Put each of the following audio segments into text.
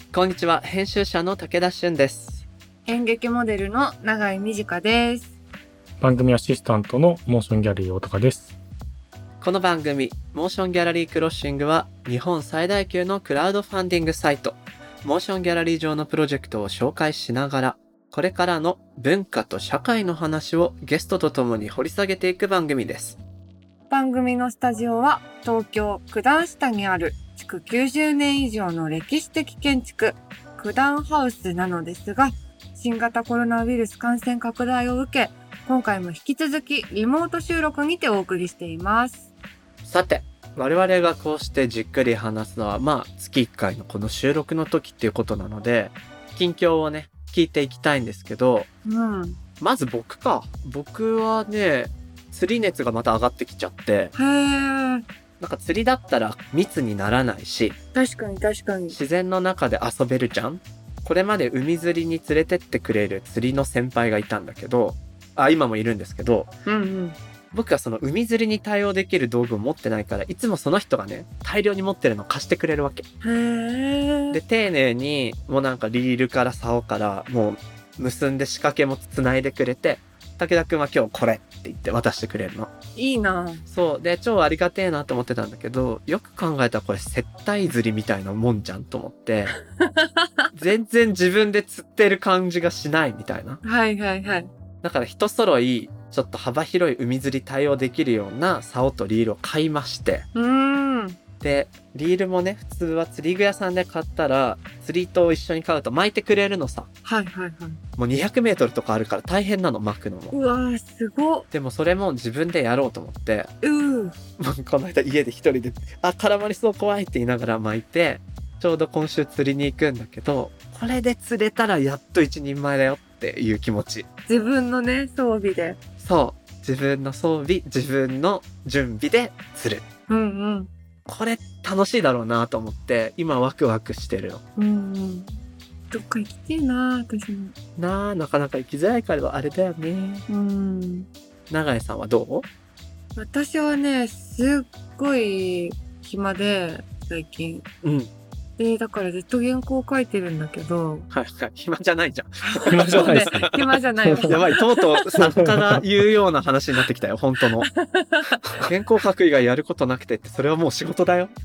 こんにちは、編集者の武田俊です。 演劇モデルの永井美智香です。 番組アシスタントのモーションギャラリー大高です。 この番組、モーションギャラリークロッシングは、日本最大級のクラウドファンディングサイト、モーションギャラリー上のプロジェクトを紹介しながら、これからの文化と社会の話をゲストとともに掘り下げていく番組です。 番組のスタジオは、東京九段下にある築90年以上の歴史的建築、九段ハウスなのですが、新型コロナウイルス感染拡大を受け、今回も引き続きリモート収録にてお送りしています。 さて、我々がこうしてじっくり話すのは、月1回のこの収録の時っていうことなので、近況をね、聞いていきたいんですけど、まず僕はね、釣り熱がまた上がってきちゃって、なんか釣りだったら密にならないし、 確かに自然の中で遊べるじゃん。これまで海釣りに連れてってくれる釣りの先輩がいたんだけど、今もいるんですけど、僕はその海釣りに対応できる道具を持ってないから、いつもその人がね、大量に持ってるのを貸してくれるわけ。で、丁寧にもうなんかリールから竿からもう結んで仕掛けも繋いでくれて、武田くんは今日これって言って渡してくれるの。 いいな。 そうで、超ありがてえなと思ってたんだけど、よく考えたらこれ接待釣りみたいなもんじゃんと思って全然自分で釣ってる感じがしないみたいな。だから一揃いちょっと幅広い海釣り対応できるような竿とリールを買いまして、でリールもね、普通は釣り具屋さんで買ったら釣りと一緒に買うと巻いてくれるのさ。もう200メートルとかあるから大変なの、巻くのも。 うわー、すごっ。 でもそれも自分でやろうと思って、この間家で一人で絡まりそう怖いって言いながら巻いて、ちょうど今週釣りに行くんだけど、これで釣れたらやっと一人前だよっていう気持ち。 自分のね、装備で。 そう、自分の装備、自分の準備で釣る。これ楽しいだろうなと思って今ワクワクしてるよ。 どっか行きてえな、私も。 なかなか行きづらいからあれだよね。永井さんはどう？ 私はね、すっごい暇で最近。で、だからずっと原稿を書いてるんだけど。 暇じゃないじゃん。 暇じゃないですね。 暇じゃない。 やばい、とうとう作家が言うような話になってきたよ、本当の。原稿書く以外やることなくてって、それはもう仕事だよ。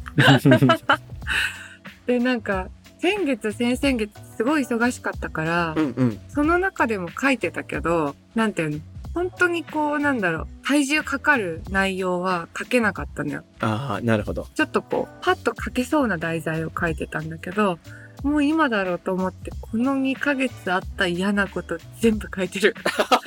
で、なんか、先々月すごい忙しかったから、その中でも書いてたけど、なんていうの、本当にこう、体重かかる内容は書けなかったのよ。 なるほど。 ちょっとこう、パッと書けそうな題材を書いてたんだけど、もう今だろうと思って、この2ヶ月あった嫌なこと全部書いてる。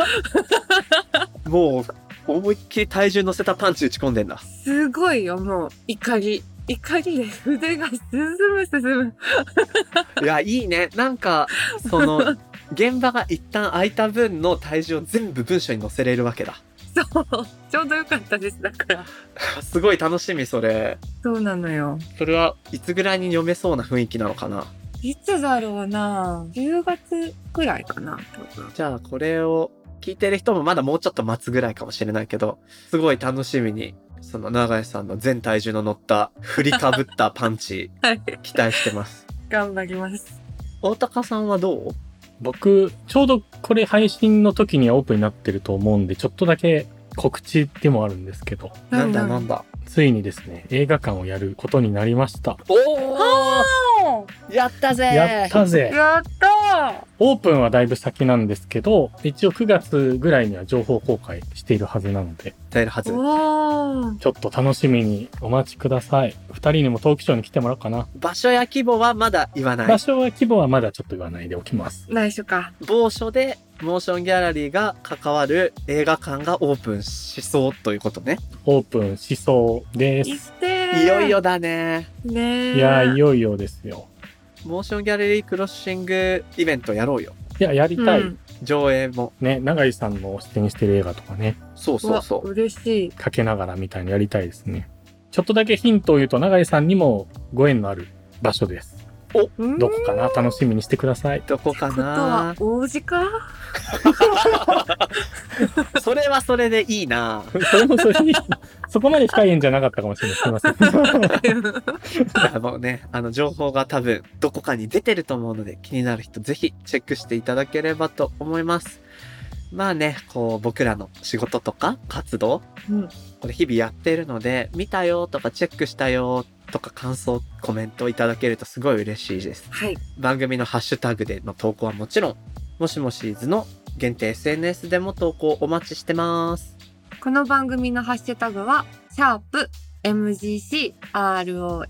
もう、思いっきり体重乗せたパンチ打ち込んでんだ。 すごいよ、もう、怒りで筆が進む。 いや、いいね。なんか、現場が一旦空いた分の体重を全部文章に載せれるわけだ。 そう。ちょうどよかったです、だから。 すごい楽しみ、それ。 そうなのよ。 それはいつぐらいに読めそうな雰囲気なのかな？ いつだろうな。10月くらいかな。 じゃあ、これを聞いてる人もまだもうちょっと待つぐらいかもしれないけど、すごい楽しみに、その永井さんの全体重の乗った振りかぶったパンチ、期待してます。 頑張ります。 大高さんはどう？ 僕、ちょうどこれ配信の時にはオープンになってると思うんで、ちょっとだけ告知でもあるんですけど。 なんだ。 ついにですね、映画館をやることになりました。 やったぜやったオープンはだいぶ先なんですけど、一応9月ぐらいには情報公開しているはずなので。 ちょっと楽しみにお待ちください。2人にもトークショーに来てもらおうかな。 場所や規模はまだ言わない。 場所は規模はまだちょっと言わないでおきます。 内緒か。 某所でモーションギャラリーが関わる映画館がオープンしそうということね。 オープンしそうです。 いよいよだね。 いや、いよいよですよ。 モーションギャラリークロッシングイベントやろうよ。 いや、やりたい。 上映も。 ね、永井さんの出演してる映画とかね。 そう。 嬉しい。 かけながらみたいにやりたいですね。ちょっとだけヒントを言うと、永井さんにもご縁のある場所です。 どこかな、楽しみにしてください。 どこかな。 ことは王子かそれはそれでいいな。 それもそれにそこまで深い縁じゃなかったかもしれない。すいません。 もうね、情報が多分どこかに出てると思うので、気になる人ぜひチェックしていただければと思います。まあね、こう僕らの仕事とか活動、これ日々やっているので、見たよとかチェックしたよとか感想、コメントいただけるとすごい嬉しいです。 はい。 番組のハッシュタグでの投稿はもちろん、もしもしーずの限定 SNS でも投稿お待ちしてます。 この番組のハッシュタグは、#MGCROSSING、ハ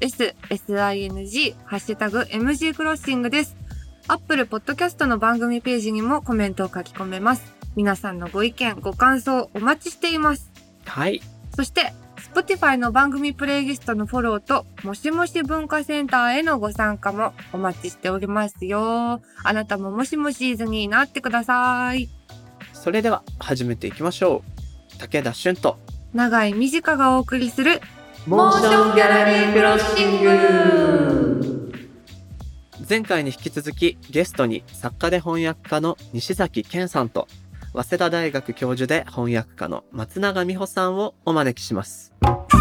ッシュタグ MG クロッシングです。Apple Podcast の番組ページにもコメントを書き込めます。皆さんのご意見、ご感想お待ちしています。 はい。 そして、Spotify の番組プレイリストのフォローと、もしもし文化センターへのご参加もお待ちしておりますよ。あなたももしもしーずになってください。 それでは始めていきましょう。武田俊と長井美智香がお送りするモーションギャラリークロッシング。前回に引き続きゲストに作家で翻訳家の西崎健さんと早稲田大学教授で翻訳家の松永美穂さんをお招きします。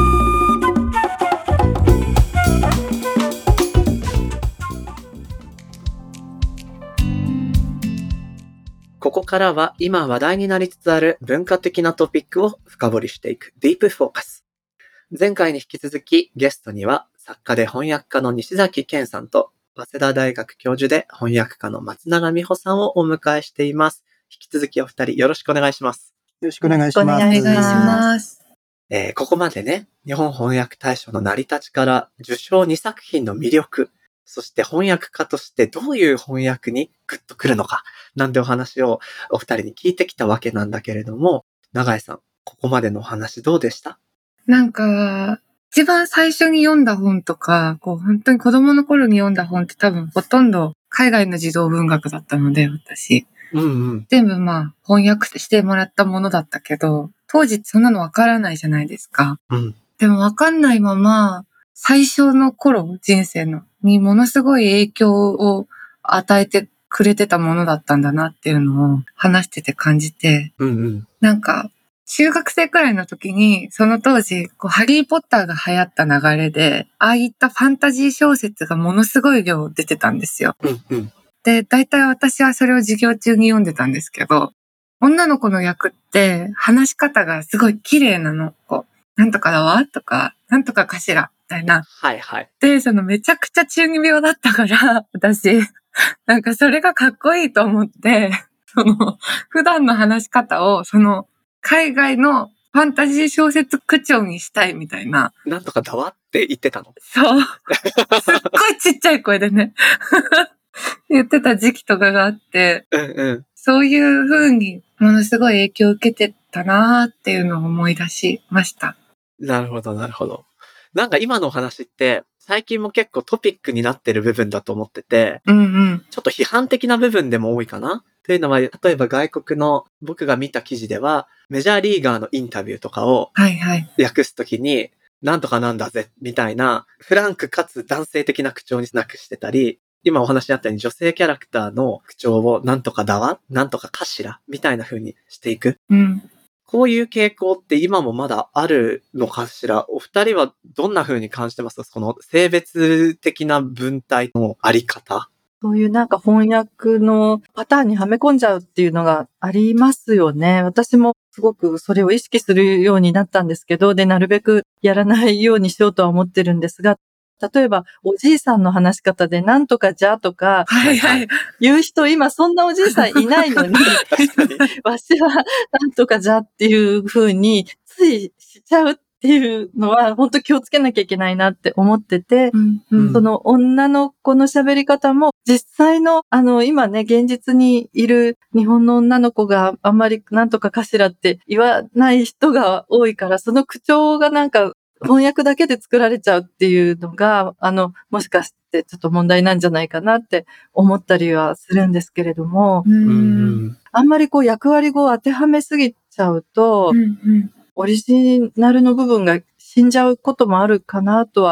ここからは今話題になりつつある文化的なトピックを深掘りしていくディープフォーカス。前回に引き続きゲストには作家で翻訳家の西崎健さんと早稲田大学教授で翻訳家の松永美穂さんをお迎えしています。引き続きお二人よろしくお願いします。 よろしくお願いします。 お願いします。 ここまでね、日本翻訳大賞の成り立ちから受賞2作品の魅力、そして翻訳家としてどういう翻訳にグッとくるのか、なんてお話をお二人に聞いてきたわけなんだけれども、永井さん、ここまでのお話どうでした？ なんか、一番最初に読んだ本とか、本当に子供の頃に読んだ本って多分ほとんど海外の児童文学だったので、私。全部翻訳してもらったものだったけど、当時そんなのわからないじゃないですか。でもわかんないまま、最初の頃、人生の、にものすごい影響を与えてくれてたものだったんだなっていうのを話してて感じて、なんか、中学生くらいの時に、その当時、ハリーポッターが流行った流れで、ああいったファンタジー小説がものすごい量出てたんですよ。で、大体私はそれを授業中に読んでたんですけど、女の子の役って話し方がすごい綺麗なの。なんとかだわとか、なんとかかしらみたいな。で、めちゃくちゃ中二病だったから、私、なんかそれがかっこいいと思って、普段の話し方を、海外のファンタジー小説口調にしたいみたいな。 なんとかだわって言ってたの？ そう。すっごいちっちゃい声でね。言ってた時期とかがあって、そういう風にものすごい影響を受けてたなーっていうのを思い出しました。 なるほど、なるほど。なんか今のお話って最近も結構トピックになってる部分だと思ってて、ちょっと批判的な部分でも多いかなというのは、例えば外国の僕が見た記事ではメジャーリーガーのインタビューとかを訳すときに、なんとかなんだぜみたいなフランクかつ男性的な口調になくしてたり、今お話にあったように女性キャラクターの口調をなんとかだわ、なんとかかしらみたいな風にしていく。こういう傾向って今もまだあるのかしら？お二人はどんな風に感じてますか？その性別的な文体のあり方。 そういうなんか翻訳のパターンにはめ込んじゃうっていうのがありますよね。私もすごくそれを意識するようになったんですけど、で、なるべくやらないようにしようとは思ってるんですが、例えば、おじいさんの話し方で、なんとかじゃとか、言う人、今そんなおじいさんいないのに、わしはなんとかじゃっていう風に、ついしちゃうっていうのは、本当気をつけなきゃいけないなって思ってて、その女の子の喋り方も、実際の、今ね、現実にいる日本の女の子があんまりなんとかかしらって言わない人が多いから、その口調がなんか、翻訳だけで作られちゃうっていうのが、もしかしてちょっと問題なんじゃないかなって思ったりはするんですけれども、あんまり役割語を当てはめすぎちゃうと、オリジナルの部分が死んじゃうこともあるかなとは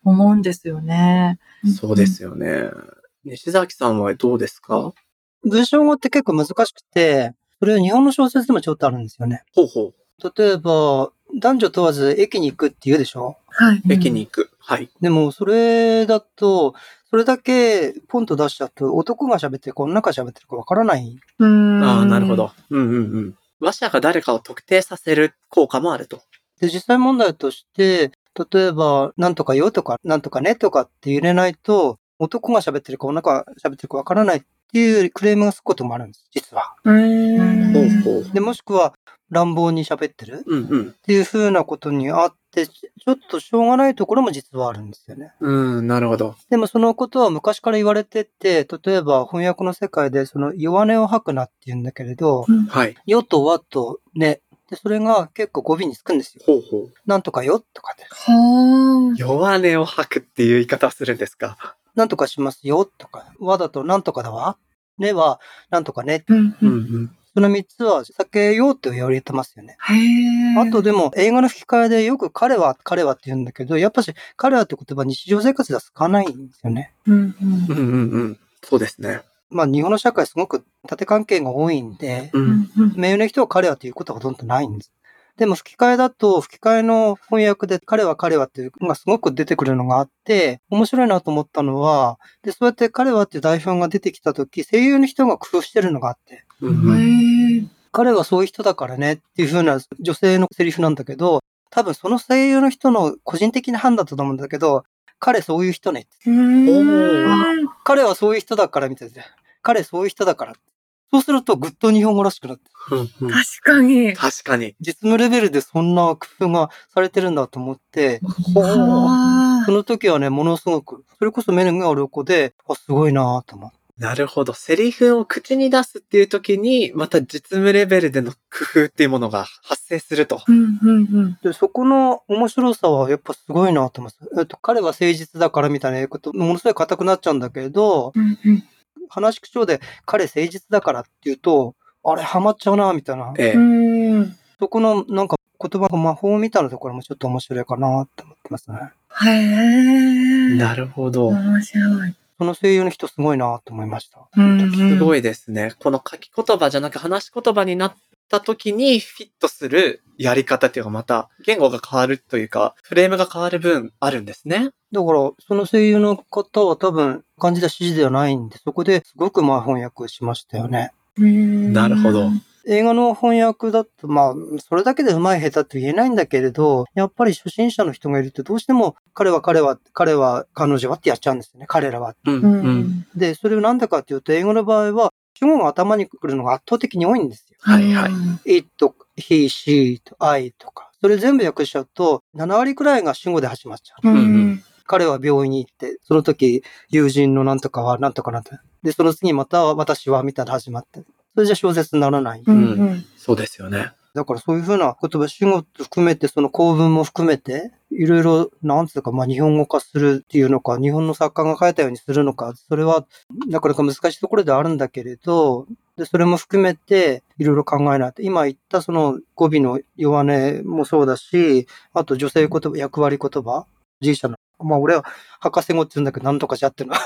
思うんですよね。 そうですよね。西崎さんはどうですか？ 文章語って結構難しくて、それは日本の小説でもちょっとあるんですよね。 ほうほう。 例えば、男女問わず駅に行くって言うでしょ？ はい。 駅に行く。はい。 でも、それだと、それだけポンと出しちゃうと、男が喋ってるか女が喋ってるかわからない。 ああ、なるほど。うんうんうん。話者が誰かを特定させる効果もあると。 で、実際問題として、例えば、なんとかよとか、なんとかねとかって入れないと、男が喋ってるか女が喋ってるかわからないっていうクレームがつくこともあるんです、実は。 ほうほう。 で、もしくは、乱暴に喋ってるうんうん。 っていう風なことにあって、ちょっとしょうがないところも実はあるんですよね。 なるほど。 でもそのことは昔から言われてて、例えば翻訳の世界でその弱音を吐くなって言うんだけれど、 はい。 よとわとね。で、それが結構語尾につくんですよ。 ほうほう。 なんとかよとかで。 は弱音を吐くっていう言い方をするんですか？ なんとかしますよとか。わだとなんとかだわ。ねはなんとかね。 うんうん。 ん。 その3つは避けようって言われてますよね。 へー。 あとでも映画の吹き替えでよく彼はって言うんだけど、やっぱし彼はって言葉日常生活では使わないんですよね。 うんうんうんうん。そうですね。 まあ日本の社会すごく縦関係が多いんで、 うんうん。 目上の人は彼はっていうことはほとんどないんです。でも吹き替えだと、吹き替えの翻訳で彼はっていうのがすごく出てくるのがあって、面白いなと思ったのは、で、そうやって彼はっていう台本が出てきたとき、声優の人が工夫してるのがあって、 へー。 彼はそういう人だからねっていう風な女性のセリフなんだけど、多分その声優の人の個人的な判断だと思うんだけど、彼そういう人ね。彼はそういう人だからみたいな。彼そういう人だから。そうするとぐっと日本語らしくなって。 確かに。 確かに。 実務レベルでそんな工夫がされてるんだと思って、その時はね、ものすごく、それこそ目が鱗で、すごいなぁと思って。 なるほど。セリフを口に出すっていう時に、また実務レベルでの工夫っていうものが発生すると。 で、そこの面白さはやっぱすごいなと思います。彼は誠実だからみたいなこと、ものすごい硬くなっちゃうんだけど、話口調で彼誠実だからって言うと、あれハマっちゃうなみたいな。そこのなんか言葉の魔法みたいなところもちょっと面白いかなって思ってますね。 へー。 なるほど。 面白い。 その声優の人すごいなと思いました。 すごいですね。この書き言葉じゃなく話し言葉になった時にフィットするやり方っていうかまた言語が変わるというかフレームが変わる分あるんですね。 だからその声優の方は多分漢字で指示ではないんで、そこですごく翻訳しましたよね。 なるほど。 映画の翻訳だと、それだけで上手い下手って言えないんだけれど、やっぱり初心者の人がいるとどうしても、彼は、彼女はってやっちゃうんですよね、彼らは。で、それをなんでかっていうと、英語の場合は、主語が頭に来るのが圧倒的に多いんですよ。 はいはい。 it, he, she, I とか。それ全部訳しちゃうと、7割くらいが主語で始まっちゃう。彼は病院に行って、その時、友人のなんとかはなんとかなんて。で、その次また私はみたいな始まって。それじゃ小説にならない。 そうですよね。 だからそういうふうな言葉、主語含めて、その構文も含めて、いろいろ、なんつうか、日本語化するっていうのか、日本の作家が書いたようにするのか、それは、なかなか難しいところではあるんだけれど、で、それも含めて、いろいろ考えないと。今言ったその語尾の弱音もそうだし、あと女性言葉、役割言葉、G 社の。俺は博士語って言うんだけど、なんとかじゃってるの。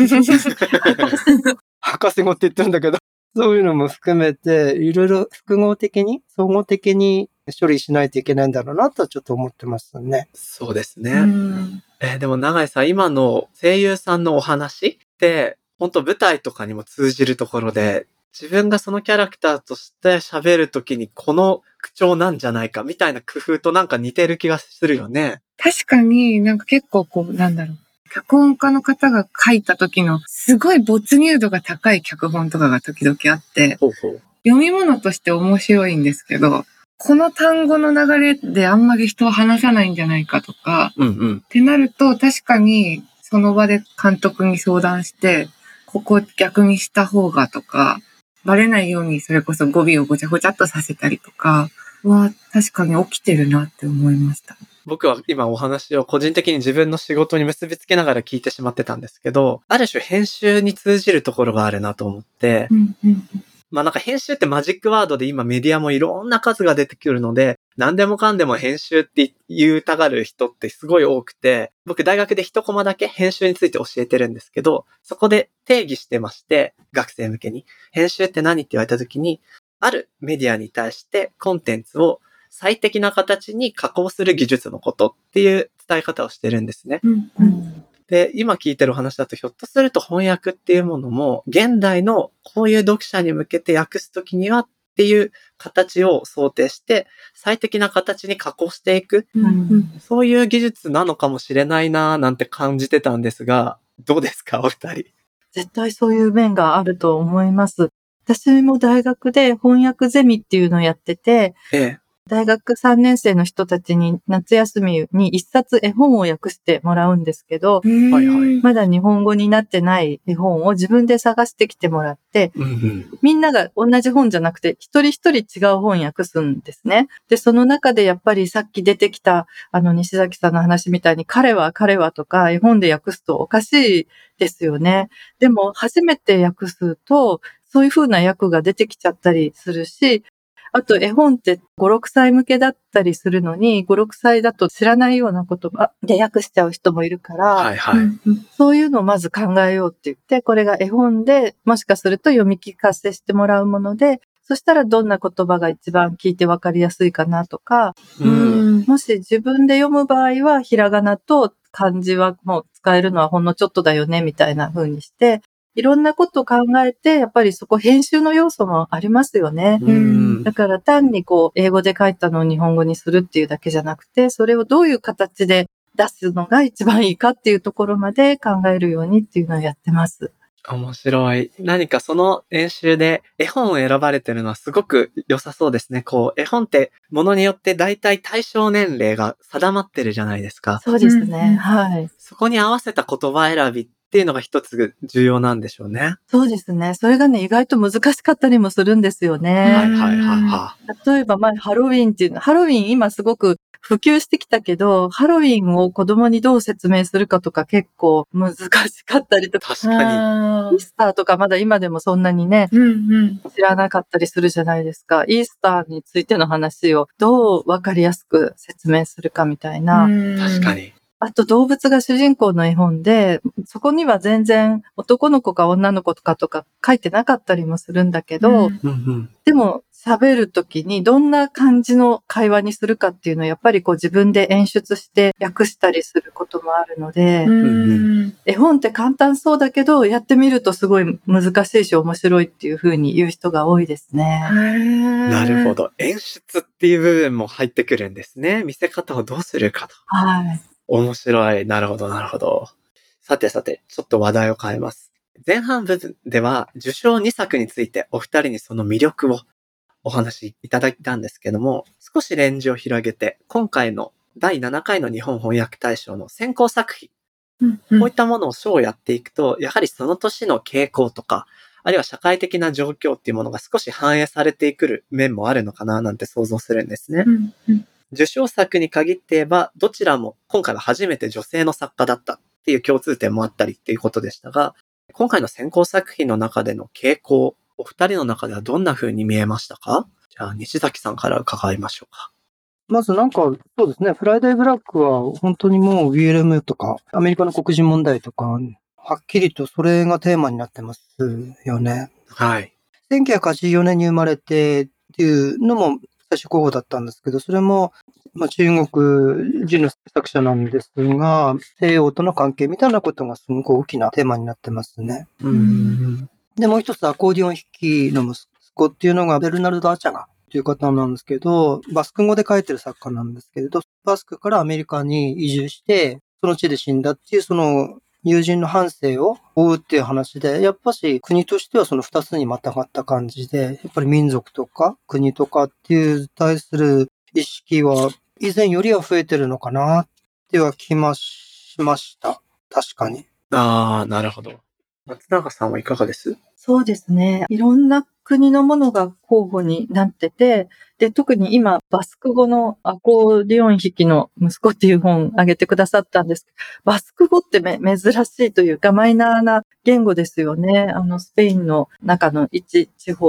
博士語って言ってるんだけど、そういうのも含めて、いろいろ複合的に、総合的に処理しないといけないんだろうなとはちょっと思ってますね。 そうですね。でも永井さん、今の声優さんのお話って、本当舞台とかにも通じるところで、自分がそのキャラクターとして喋るときにこの口調なんじゃないかみたいな工夫となんか似てる気がするよね。 確かになんか結構脚本家の方が書いた時のすごい没入度が高い脚本とかが時々あって、読み物として面白いんですけど、この単語の流れであんまり人は話さないんじゃないかとか、ってなると確かにその場で監督に相談して、ここ逆にした方がとか、バレないようにそれこそ語尾をごちゃごちゃっとさせたりとかは確かに起きてるなって思いました。 僕は今お話を個人的に自分の仕事に結びつけながら聞いてしまってたんですけど、ある種編集に通じるところがあるなと思って、なんか編集ってマジックワードで今メディアもいろんな数が出てくるので、 何でもかんでも編集って言うたがる人ってすごい多くて、僕大学で一コマだけ編集について教えてるんですけど、そこで定義してまして、学生向けに。編集って何って言われた時に、あるメディアに対してコンテンツを最適な形に加工する技術のことっていう伝え方をしてるんですね。で、今聞いてるお話だとひょっとすると翻訳っていうものも現代のこういう読者に向けて訳すときにはっていう形を想定して最適な形に加工していく、そういう技術なのかもしれないななんて感じてたんですが、どうですかお二人。 絶対そういう面があると思います。私も大学で翻訳ゼミっていうのをやってて、大学3年生の人たちに夏休みに一冊絵本を訳してもらうんですけど、まだ日本語になってない絵本を自分で探してきてもらって、みんなが同じ本じゃなくて一人一人違う本訳すんですね。で、その中でやっぱりさっき出てきた西崎さんの話みたいに彼はとか絵本で訳すとおかしいですよね。でも初めて訳すとそういう風な訳が出てきちゃったりするし、あと絵本って5、6歳向けだったりするのに、5、6歳だと知らないような言葉で訳しちゃう人もいるから、そういうのをまず考えようって言って、これが絵本でもしかすると読み聞かせしてもらうもので、そしたらどんな言葉が一番聞いてわかりやすいかなとか、もし自分で読む場合はひらがなと漢字はもう使えるのはほんのちょっとだよねみたいな風にして、いろんなことを考えて、やっぱりそこ編集の要素もありますよね。だから単に英語で書いたのを日本語にするっていうだけじゃなくて、それをどういう形で出すのが一番いいかっていうところまで考えるようにっていうのをやってます。 面白い。何かその演習で絵本を選ばれてるのはすごく良さそうですね。絵本ってものによって大体対象年齢が定まってるじゃないですか。 そうですね。はい。 そこに合わせた言葉選びっていうのが一つ重要なんでしょうね。 そうですね。それがね、意外と難しかったりもするんですよね。例えば、ハロウィンっていうの、ハロウィン今すごく普及してきたけど、ハロウィンを子供にどう説明するかとか結構難しかったりとか。 確かに。 イースターとかまだ今でもそんなにね、知らなかったりするじゃないですか。イースターについての話をどうわかりやすく説明するかみたいな。 確かに。 あと動物が主人公の絵本で、そこには全然男の子か女の子とか書いてなかったりもするんだけど、でも喋るときにどんな感じの会話にするかっていうのをやっぱり自分で演出して訳したりすることもあるので、絵本って簡単そうだけどやってみるとすごい難しいし面白いっていう風に言う人が多いですね。 なるほど。演出っていう部分も入ってくるんですね。見せ方をどうするかと。 はい。 面白い。なるほど。さて、ちょっと話題を変えます。前半部分では受賞2作についてお二人にその魅力をお話しいただいたんですけども、少しレンジを広げて、今回の第7回の日本翻訳大賞の選考作品、こういったものを賞をやっていくと、やはりその年の傾向とか、あるいは社会的な状況っていうものが少し反映されてくる面もあるのかななんて想像するんですね。受賞作に限って言えば、どちらも今回は初めて女性の作家だったっていう共通点もあったりっていうことでしたが、今回の選考作品の中での傾向、お二人の中ではどんな風に見えましたか？じゃあ、西崎さんから伺いましょうか。 まずそうですね、フライデーブラックは本当にもう BLM とか、アメリカの黒人問題とか、はっきりとそれがテーマになってますよね。 はい。 1984年に生まれてっていうのも最初候補だったんですけど、それも、中国人の作者なんですが、西洋との関係みたいなことがすごく大きなテーマになってますね。で、もう一つアコーディオン弾きの息子っていうのがベルナルド・アチャガという方なんですけど、バスク語で書いてる作家なんですけれど、バスクからアメリカに移住して、その地で死んだっていうその友人の半生を追うっていう話で、やっぱし国としてはその二つにまたがった感じで、やっぱり民族とか国とかっていう対する意識は以前よりは増えてるのかなっては気がしました。確かに。 なるほど。松永さんはいかがです？ そうですね。いろんな国のものが候補になってて、で、特に今、バスク語のアコーディオン弾きの息子っていう本あげてくださったんですけど、バスク語って珍しいというかマイナーな言語ですよね。スペインの中の一地方で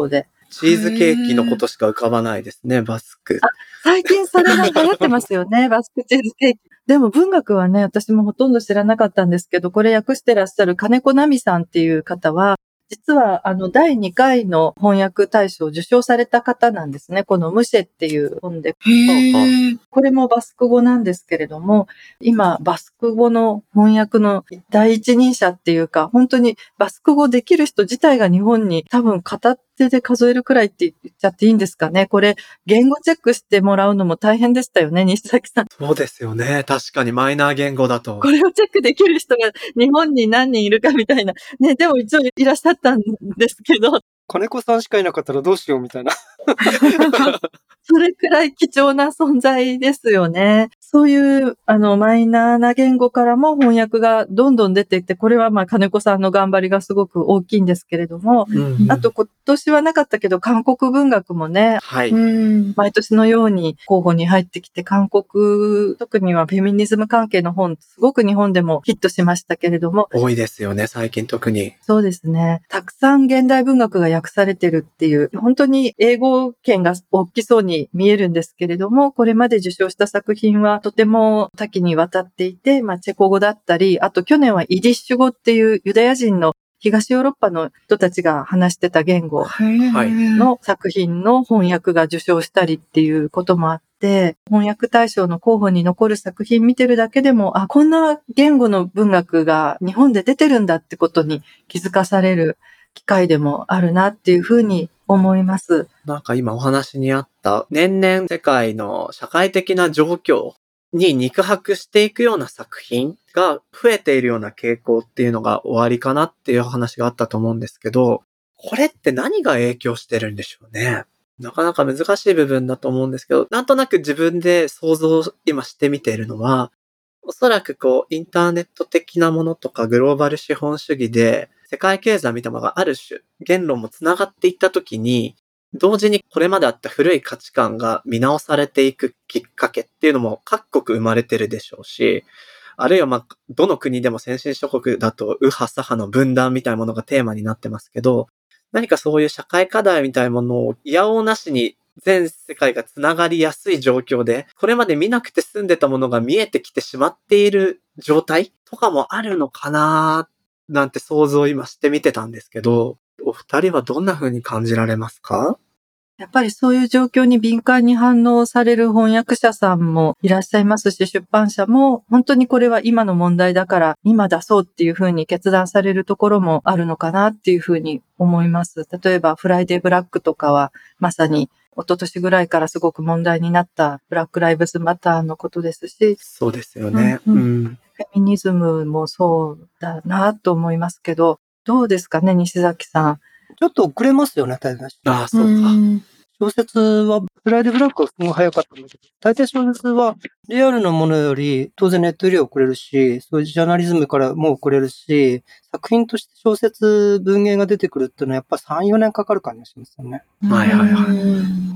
チーズケーキのことしか浮かばないですね、バスク。 最近それが流行ってますよね、バスクチーズケーキ。でも文学はね、私もほとんど知らなかったんですけど、これ訳してらっしゃる金子奈美さんっていう方は、実は第2回の翻訳大賞を受賞された方なんですね。このムシェっていう本で。これもバスク語なんですけれども、今バスク語の翻訳の第一人者っていうか、本当にバスク語できる人自体が日本に多分片手で数えるくらいって言っちゃっていいんですかね。これ言語チェックしてもらうのも大変でしたよね、西崎さん。 そうですよね。確かにマイナー言語だと。 これをチェックできる人が日本に何人いるかみたいな。ね、でも一応いらっしゃったんですけど。 金子さんしかいなかったらどうしようみたいな。 それくらい貴重な存在ですよね。そういうマイナーな言語からも翻訳がどんどん出ていって、これは金子さんの頑張りがすごく大きいんですけれども、あと今年はなかったけど韓国文学もね、 はい、 毎年のように候補に入ってきて、韓国、特にはフェミニズム関係の本、すごく日本でもヒットしましたけれども。 多いですよね、最近特に。 そうですね。たくさん現代文学が訳されてるっていう、本当に英語圏が大きそうに見えるんですけれども、これまで受賞した作品はとても多岐にわたっていて、チェコ語だったり、あと去年はイディッシュ語っていうユダヤ人の東ヨーロッパの人たちが話してた言語の作品の翻訳が受賞したりっていうこともあって、翻訳大賞の候補に残る作品見てるだけでも、こんな言語の文学が日本で出てるんだってことに気づかされる機会でもあるなっていうふうに思います。 なんか今お話にあった年々世界の社会的な状況に肉薄していくような作品が増えているような傾向っていうのが終わりかなっていう話があったと思うんですけど、これって何が影響してるんでしょうね。なかなか難しい部分だと思うんですけど、なんとなく自分で想像今してみているのは、おそらくインターネット的なものとかグローバル資本主義で世界経済みたいなものがある種、言論もつながっていったときに、同時にこれまであった古い価値観が見直されていくきっかけっていうのも各国生まれてるでしょうし、あるいはどの国でも先進諸国だと右派左派の分断みたいなものがテーマになってますけど、何かそういう社会課題みたいなものをいやおうなしに全世界がつながりやすい状況で、これまで見なくて済んでたものが見えてきてしまっている状態とかもあるのかななんて想像を今してみてたんですけど、お二人はどんな風に感じられますか？ やっぱりそういう状況に敏感に反応される翻訳者さんもいらっしゃいますし、出版社も本当にこれは今の問題だから今出そうっていうふうに決断されるところもあるのかなっていうふうに思います。例えばフライデーブラックとかはまさに一昨年ぐらいからすごく問題になったブラックライブズマターのことですし。 そうですよね。 フェミニズムもそうだなと思いますけど、どうですかね、西崎さん。 ちょっと遅れますよね、大体。 ああ、そうか。 小説は、フライデーブラックはすごい早かったんだけど、大体小説はリアルなものより、当然ネットより遅れるし、そういうジャーナリズムからも遅れるし、作品として小説、文芸が出てくるっていうのはやっぱ3、4年かかる感じがしますよね。 はいはいはい。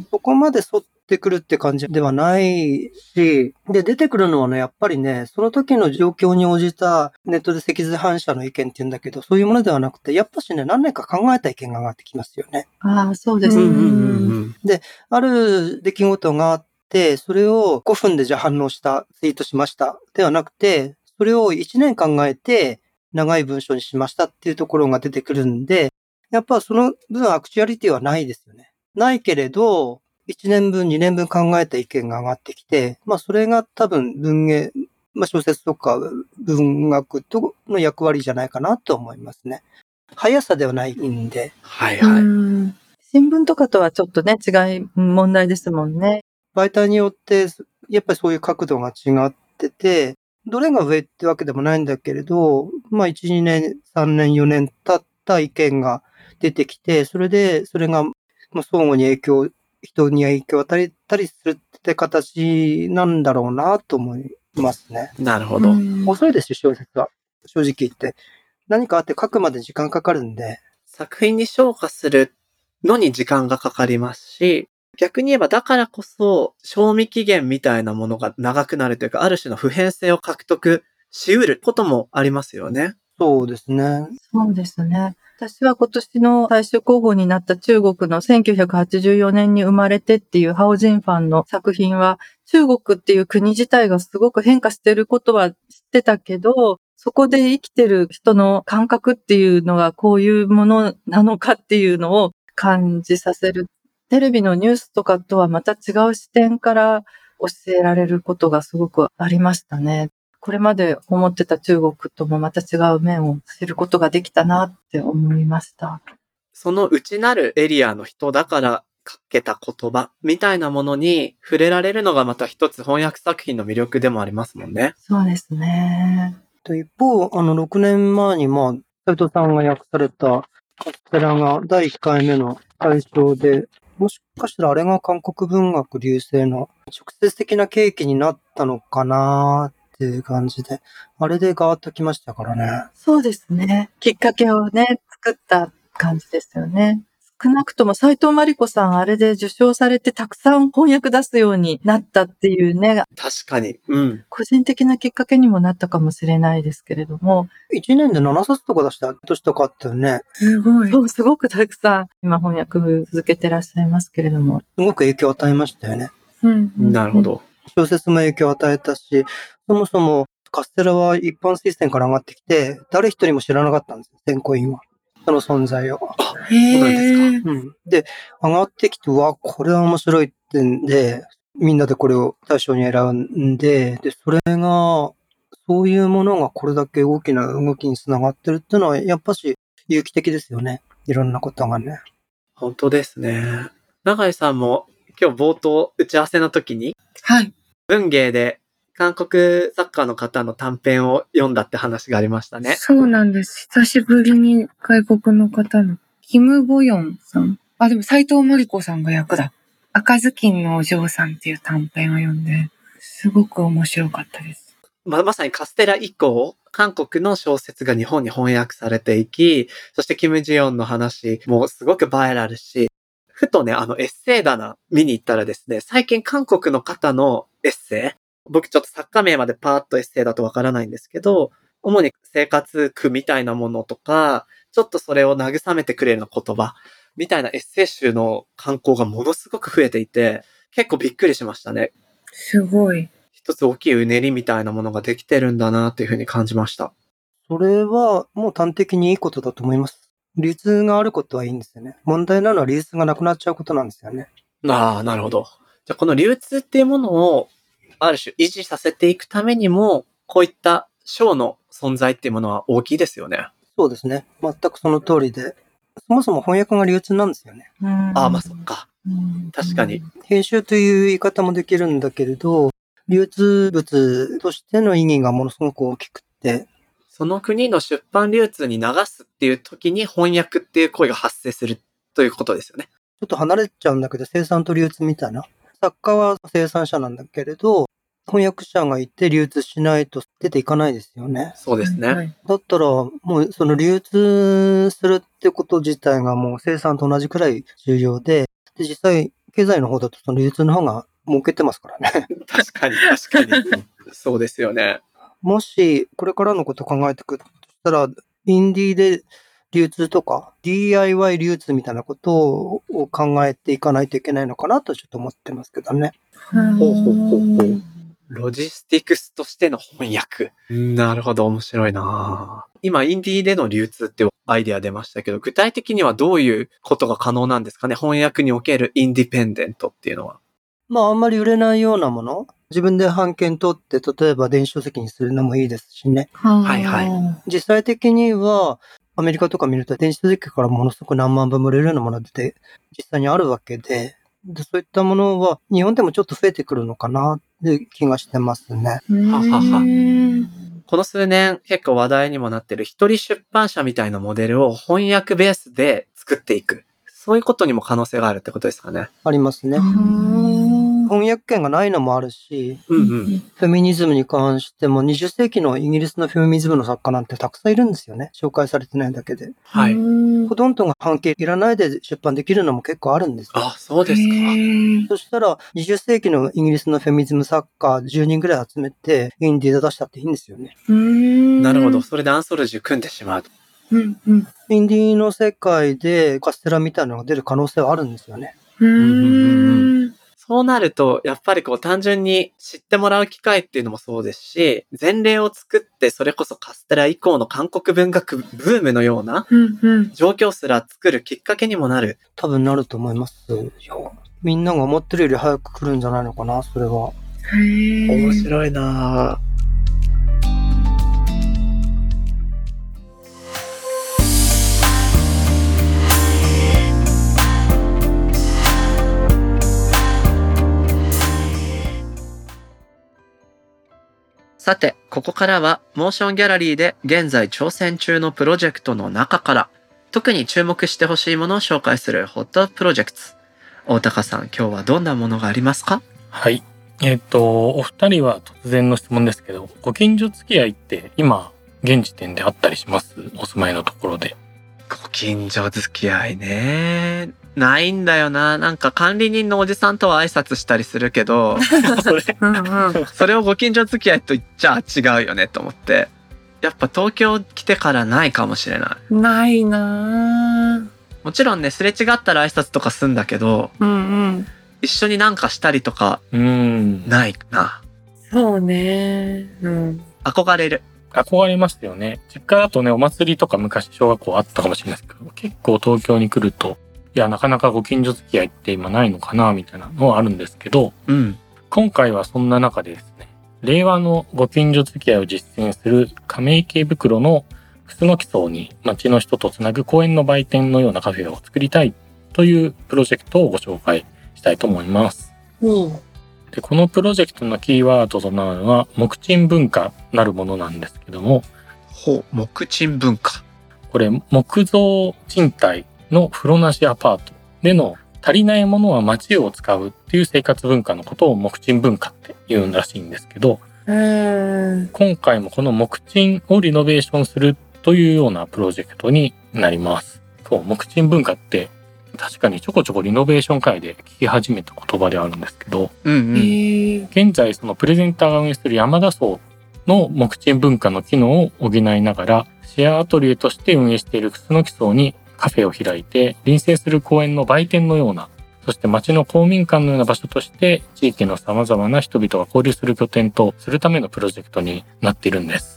そこまで沿ってくるって感じではないし、で、出てくるのはね、やっぱりね、その時の状況に応じたネットで脊髄反射の意見って言うんだけど、そういうものではなくて、やっぱしね、何年か考えた意見が上がってきますよね。 ああ、そうですね。 で、ある出来事があって、それを5分でじゃあ反応した、ツイートしました。ではなくて、それを1年考えて、長い文章にしましたっていうところが出てくるんで、やっぱその分アクチュアリティはないですよね。ないけれど、1年分、2年分考えた意見が上がってきて、それが多分文芸、小説とか文学との役割じゃないかなと思いますね。速さではないんで。 はいはい。 新聞とかとはちょっとね、問題ですもんね。 媒体によって、やっぱりそういう角度が違ってて、どれが上ってわけでもないんだけれど、1、2年、3年、4年経った意見が出てきて、それが、相互に人に影響を与えたりするって形なんだろうなと思いますね。 なるほど。 遅いですよ、小説は。正直言って。何かあって書くまで時間かかるんで。 作品に昇華するのに時間がかかりますし、逆に言えばだからこそ賞味期限みたいなものが長くなるというか、ある種の普遍性を獲得し得ることもありますよね。 そうですね。 そうですね。私は今年の最終候補になった中国の1984年に生まれてっていうハオジンファンの作品は、中国っていう国自体がすごく変化してることは知ってたけど、そこで生きてる人の感覚っていうのがこういうものなのかっていうのを感じさせる。テレビのニュースとかとはまた違う視点から教えられることがすごくありましたね。これまで思ってた中国ともまた違う面を知ることができたなって思いました。 その内なるエリアの人だから書けた言葉みたいなものに触れられるのがまた一つ翻訳作品の魅力でもありますもんね。 そうですね。 一方、6年前に、斉藤さんが訳されたカステラが第1回目の対象で、もしかしたらあれが韓国文学流星の直接的な契機になったのかなっていう感じで、あれでガーッときましたからね。 そうですね。きっかけをね、作った感じですよね。少なくとも斉藤真理子さんあれで受賞されてたくさん翻訳出すようになったっていうね。 確かに。うん。 個人的なきっかけにもなったかもしれないですけれども。 1年で7冊とか出した年とかあったよね。 すごい。 そう、すごくたくさん今翻訳続けてらっしゃいますけれども。 すごく影響を与えましたよね。 なるほど。 小説も影響を与えたし、そもそもカステラは一般推薦から上がってきて、誰一人も知らなかったんですよ、選考委員は。その存在を。 あ、そうなんですか。 うん。で、上がってきて、これは面白いってんで、みんなでこれを対象に選んで、それが、そういうものがこれだけ大きな動きにつながってるっていうのは、やっぱし有機的ですよね。いろんなことがね。 本当ですね。永井さんも今日冒頭打ち合わせの時に、 はい。 文芸で韓国作家の方の短編を読んだって話がありましたね。 そうなんです。久しぶりに外国の方の、キム・ボヨンさん。あ、でも斉藤真理子さんが役だ。赤ずきんのお嬢さんっていう短編を読んで、すごく面白かったです。 まさにカステラ以降、韓国の小説が日本に翻訳されていき、そしてキム・ジヨンの話もすごくバイラルし、ふとね、エッセイ棚見に行ったらですね、最近韓国の方のエッセイ、僕ちょっと作家名までパーッとエッセイだとわからないんですけど、主に生活苦みたいなものとか、ちょっとそれを慰めてくれるような言葉、みたいなエッセイ集の刊行がものすごく増えていて、結構びっくりしましたね。 すごい。 一つ大きいうねりみたいなものができてるんだなというふうに感じました。 それはもう端的にいいことだと思います。流通があることはいいんですよね。問題なのは流通がなくなっちゃうことなんですよね。 ああ、なるほど。じゃあこの流通っていうものをある種維持させていくためにも、こういった賞の存在っていうものは大きいですよね。 そうですね。全くその通りで。そもそも翻訳が流通なんですよね。 ああ、まあそっか。確かに。 編集という言い方もできるんだけれど、流通物としての意義がものすごく大きくて。 その国の出版流通に流すっていう時に翻訳っていう行為が発生するということですよね。 ちょっと離れちゃうんだけど、生産と流通みたいな。作家は生産者なんだけれど、翻訳者がいて流通しないと出ていかないですよね。 そうですね。 はい、 だったら、もうその流通するってこと自体がもう生産と同じくらい重要で、実際経済の方だとその流通の方が儲けてますからね。 確かに、確かに。そうですよね。 もし、これからのことを考えていくとしたら、インディーで流通とか、DIY 流通みたいなことを考えていかないといけないのかなとちょっと思ってますけどね。 ほうほうほうほう。ロジスティクスとしての翻訳。なるほど、面白いな。今、インディーでの流通ってアイデア出ましたけど、具体的にはどういうことが可能なんですかね？翻訳におけるインディペンデントっていうのは。 あんまり売れないようなもの、自分で版権取って、例えば電子書籍にするのもいいですしね。 はいはい。 実際的には、アメリカとか見ると電子書籍からものすごく何万部も売れるようなものって実際にあるわけで、そういったものは日本でもちょっと増えてくるのかなって気がしてますね。 ははは。この数年結構話題にもなってる一人出版社みたいなモデルを翻訳ベースで作っていく。そういうことにも可能性があるってことですかね。 ありますね。 翻訳権がないのもあるし、 うんうん。 フェミニズムに関しても20世紀のイギリスのフェミニズムの作家なんてたくさんいるんですよね。紹介されてないだけで。 はい。 ほとんどが半径いらないで出版できるのも結構あるんですよ。 あ、そうですか。 そしたら20世紀のイギリスのフェミニズム作家10人ぐらい集めてインディーで出したっていいんですよね。 なるほど。それでアンソロジー組んでしまう。 うんうん。 インディーの世界でカステラみたいなのが出る可能性はあるんですよね。 そうなると、やっぱりこう単純に知ってもらう機会っていうのもそうですし、前例を作ってそれこそカステラ以降の韓国文学ブームのような状況すら作るきっかけにもなる。 多分なると思いますよ。みんなが思ってるより早く来るんじゃないのかな、それは。 面白いなぁ。さて、ここからはモーションギャラリーで現在挑戦中のプロジェクトの中から特に注目してほしいものを紹介するホットプロジェクト。大高さん、今日はどんなものがありますか？ はい。お二人は突然の質問ですけど、ご近所付き合いって今、現時点であったりします？お住まいのところで。 ご近所付き合いね。ないんだよな。なんか管理人のおじさんとは挨拶したりするけど、それをご近所付き合いと言っちゃ違うよねと思って。やっぱ東京来てからないかもしれない。 ないなぁ。 もちろんね、すれ違ったら挨拶とかすんだけど、一緒になんかしたりとか、ないな。 そうね。 憧れる。 憧れますよね。実家だとね、お祭りとか昔小学校あったかもしれないですけど、結構東京に来ると、いや、なかなかご近所付き合いって今ないのかな、みたいなのはあるんですけど、今回はそんな中でですね、令和のご近所付き合いを実践する亀池袋の楠木荘に街の人とつなぐ公園の売店のようなカフェを作りたいというプロジェクトをご紹介したいと思います。で、このプロジェクトのキーワードとなるのは木賃文化なるものなんですけども、 木賃文化。 これ木造賃貸の風呂なしアパートでの足りないものは街を使うっていう生活文化のことを木賃文化って言うんらしいんですけど、今回もこの木賃をリノベーションするというようなプロジェクトになります。そう、木賃文化って確かにちょこちょこリノベーション会で聞き始めた言葉であるんですけど、現在そのプレゼンターが運営する山田荘の木賃文化の機能を補いながらシェアアトリエとして運営している楠木荘にカフェを開いて隣接する公園の売店のような、そして街の公民館のような場所として地域の様々な人々が交流する拠点とするためのプロジェクトになっているんです。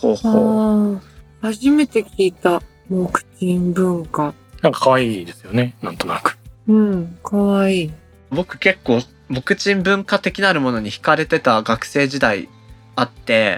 初めて聞いた木賃文化。 なんか可愛いですよね、なんとなく。 可愛い。 僕結構木賃文化的なるものに惹かれてた学生時代あって、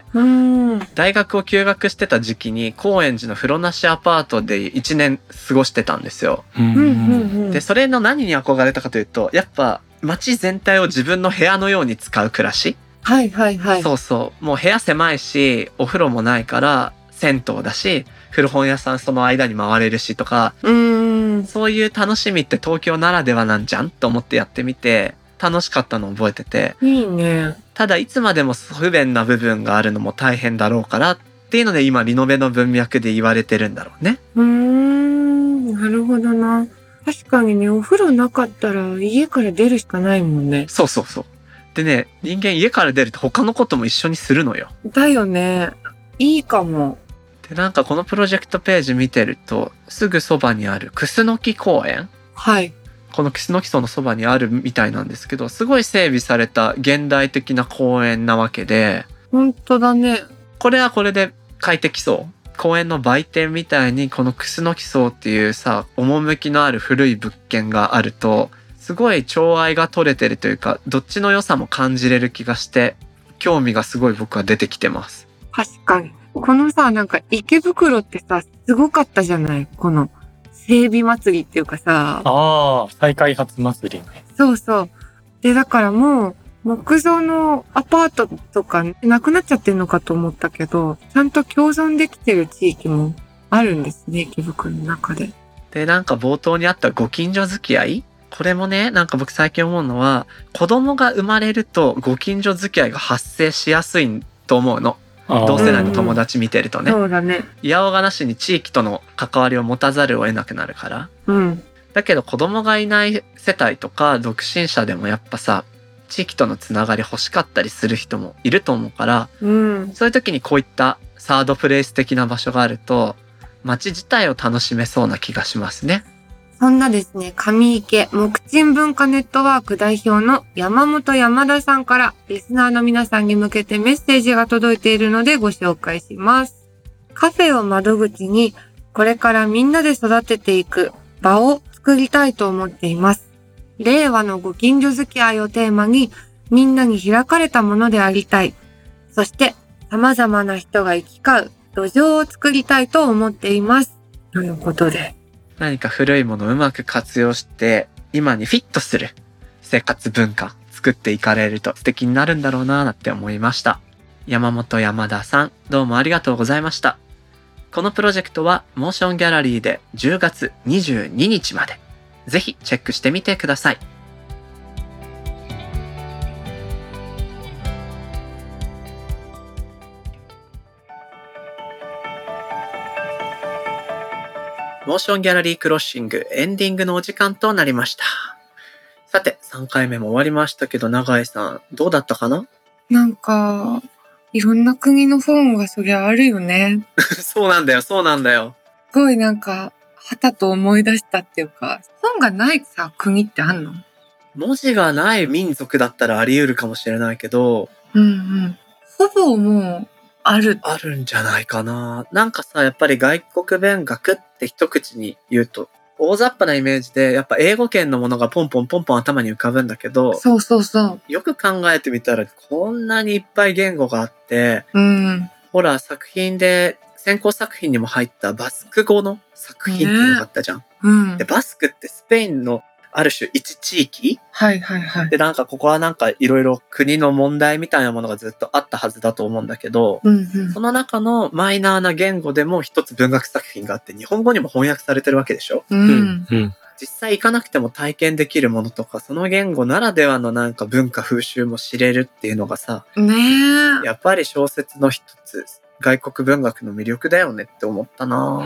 大学を休学してた時期に高円寺の風呂なしアパートで1年過ごしてたんですよ。で、それの何に憧れたかというと、やっぱ街全体を自分の部屋のように使う暮らし。そうそう。もう部屋狭いし、お風呂もないから銭湯だし、古本屋さんその間に回れるしとか、そういう楽しみって東京ならではなんじゃんと思ってやってみて、楽しかったのを覚えてて。 いいね。 ただいつまでも不便な部分があるのも大変だろうからっていうので今リノベの文脈で言われてるんだろうね。 なるほどな。確かにね、お風呂なかったら家から出るしかないもんね。 そうそうそう。でね、人間家から出ると他のことも一緒にするのよ。 だよね。いいかも。 で、なんかこのプロジェクトページ見てると、すぐそばにある楠木公園。この楠木荘のそばにあるみたいなんですけど、すごい整備された現代的な公園なわけで。 本当だね。 これはこれで快適そう。公園の売店みたいにこの楠木荘っていうさ、趣のある古い物件があると、すごい調合が取れてるというか、どっちの良さも感じれる気がして、興味がすごい僕は出てきてます。 確かに。このさ、なんか池袋ってさ、すごかったじゃない？この整備祭りっていうかさ。 再開発祭りね。 そうそう。で、だからもう、木造のアパートとかなくなっちゃってるのかと思ったけど、ちゃんと共存できてる地域もあるんですね、池袋の中で。 で、なんか冒頭にあったご近所付き合い？ これもね、なんか僕最近思うのは、子供が生まれるとご近所付き合いが発生しやすいと思うの。同世代の友達見てるとね。 そうだね。 いやおがなしに地域との関わりを持たざるを得なくなるから。 うん。 だけど子供がいない世帯とか独身者でもやっぱさ、地域とのつながり欲しかったりする人もいると思うから、 うん。 そういう時にこういったサードプレイス的な場所があると、街自体を楽しめそうな気がしますね。 そんなですね、上池木鎮文化ネットワーク代表の山本山田さんからリスナーの皆さんに向けてメッセージが届いているのでご紹介します。カフェを窓口にこれからみんなで育てていく場を作りたいと思っています。令和のご近所付き合いをテーマにみんなに開かれたものでありたい。そして様々な人が行き交う土壌を作りたいと思っています。ということで。 何か古いものをうまく活用して今にフィットする生活文化作っていかれると素敵になるんだろうなって思いました。山本山田さん、どうもありがとうございました。このプロジェクトはモーションギャラリーで10月22日まで。ぜひチェックしてみてください。モーションギャラリークロッシングエンディングのお時間となりました。さて、3回目も終わりましたけど、永井さん、どうだったかな？ なんか、いろんな国の本がそりゃあるよね。 そうなんだよ、そうなんだよ。 すごいなんか、はたと思い出したっていうか、本がないさ、国ってあんの？ 文字がない民族だったらあり得るかもしれないけど、 うんうん。ほぼもう、あるんじゃないかな。なんかさ、やっぱり外国文学って一口に言うと、大雑把なイメージで、やっぱ英語圏のものがポンポンポンポン頭に浮かぶんだけど、 そうそうそう。 よく考えてみたら、こんなにいっぱい言語があって、 うん。 ほら、作品で、先行作品にも入ったバスク語の作品っていうのがあったじゃん。 うん。 で、バスクってスペインのある種一地域はいはいはい。 で、なんかここはなんかいろいろ国の問題みたいなものがずっとあったはずだと思うんだけど、 うんうん。 その中のマイナーな言語でも一つ文学作品があって日本語にも翻訳されてるわけでしょ？ う。 うんん。 実際行かなくても体験できるものとか、その言語ならではのなんか文化風習も知れるっていうのがさ、 ねえ。 やっぱり小説の一つ、外国文学の魅力だよねって思ったな。 うん。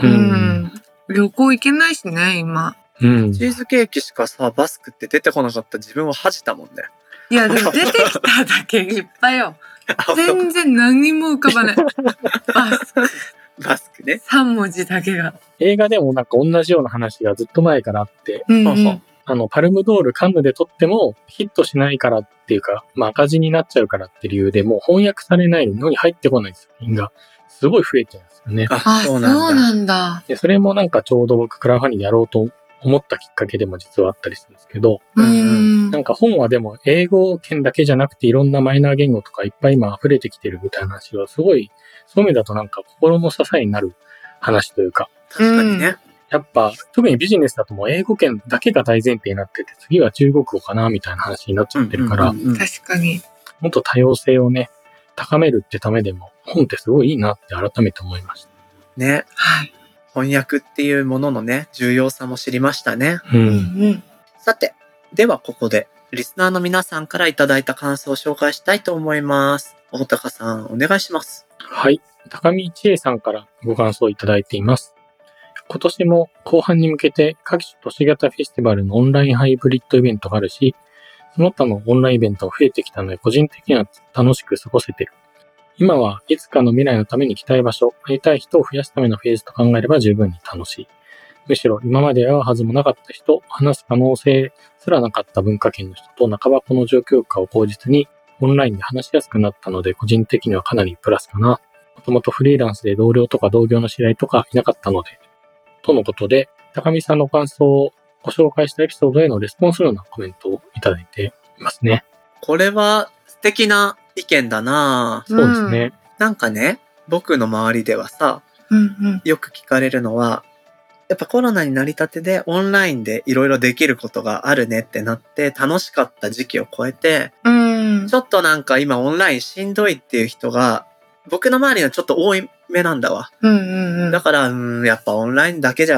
旅行行けないしね、今。 うん。 チーズケーキしかさ、バスクって出てこなかった自分を恥じたもんね。 いや、でも出てきただけいっぱいよ。全然何も浮かばない。 バスクね。 3文字だけが。 映画でもなんか同じような話がずっと前からあって、 うんうん。 パルムドール、カンヌで撮ってもヒットしないからっていうか、まあ赤字になっちゃうからって理由でもう翻訳されないのに入ってこない作品がすごい増えてるんですよね。 あ、そうなんだ。 で、それもなんかちょうど僕クラウドファンディングやろうと思ったきっかけでも実はあったりするんですけど、なんか本はでも英語圏だけじゃなくていろんなマイナー言語とかいっぱい今溢れてきてるみたいな話はすごい、そういう意味だとなんか心の支えになる話というか。 確かにね。 やっぱ特にビジネスだともう英語圏だけが大前提になってて次は中国語かなみたいな話になっちゃってるから、 確かに。 もっと多様性をね、高めるってためでも本ってすごいいいなって改めて思いました。 ね。 はい。 翻訳っていうもののね、重要さも知りましたね。 うんさて、ではここで、リスナーの皆さんからいただいた感想を紹介したいと思います。大高さん、お願いします。 はい。高見千恵さんからご感想をいただいています。今年も後半に向けて各種都市型フェスティバルのオンラインハイブリッドイベントがあるし、その他のオンラインイベントも増えてきたので個人的には楽しく過ごせてる。今はいつかの未来のために来たい場所、会いたい人を増やすためのフェーズと考えれば十分に楽しい。むしろ今まで会うはずもなかった人、話す可能性すらなかった文化圏の人と半ばこの状況下を口実にオンラインで話しやすくなったので個人的にはかなりプラスかな。もともとフリーランスで同僚とか同業の知り合いとかいなかったので、とのことで、高見さんの感想をご紹介したエピソードへのレスポンスのようなコメントをいただいていますね。 これは素敵な意見だな。 そうですね。 なんかね、僕の周りではさ、よく聞かれるのは、やっぱコロナになりたてでオンラインでいろいろできることがあるねってなって楽しかった時期を超えて、ちょっとなんか今オンラインしんどいっていう人が僕の周りはちょっと多い目なんだわ。だから、やっぱオンラインだけじゃねっ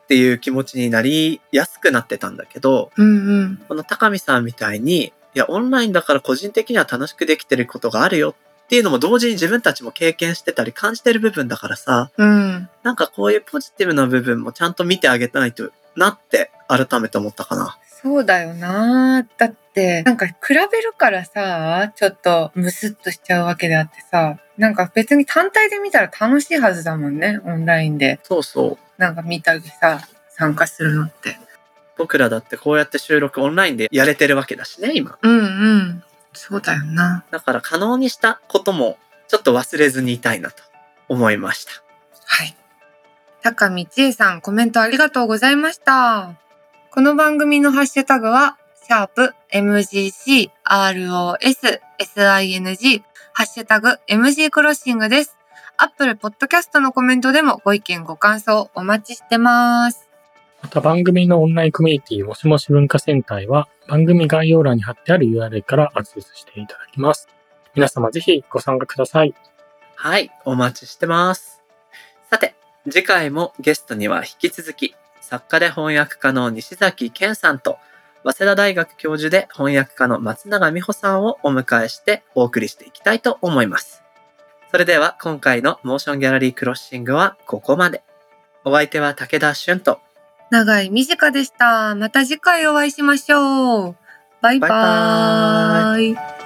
っていう気持ちになりやすくなってたんだけど、この高見さんみたいに、いや、オンラインだから個人的には楽しくできてることがあるよっていうのも同時に自分たちも経験してたり感じてる部分だからさ、なんかこういうポジティブな部分もちゃんと見てあげないとなって改めて思ったかな。 そうだよな。だってなんか比べるからさ、ちょっとムスッとしちゃうわけであってさ、なんか別に単体で見たら楽しいはずだもんね、オンラインで。 そうそう。 なんか見たりさ、参加するのって。 僕らだってこうやって収録オンラインでやれてるわけだしね、今。 そうだよな。 だから可能にしたこともちょっと忘れずにいたいなと思いました。 はい。高見千恵さん、コメントありがとうございました。この番組のハッシュタグは、#MGCROSSING、ハッシュタグ MG クロッシングです。Apple Podcast のコメントでもご意見ご感想お待ちしてます。 また番組のオンラインコミュニティもしもし文化センターへは番組概要欄に貼ってある URL からアクセスしていただきます。皆様ぜひご参加ください。 はい、お待ちしてます。さて、次回もゲストには引き続き作家で翻訳家の西崎健さんと早稲田大学教授で翻訳家の松永美穂さんをお迎えしてお送りしていきたいと思います。それでは今回のモーションギャラリークロッシングはここまで。お相手は武田俊と永井美智香でした。また次回お会いしましょう。バイバーイ。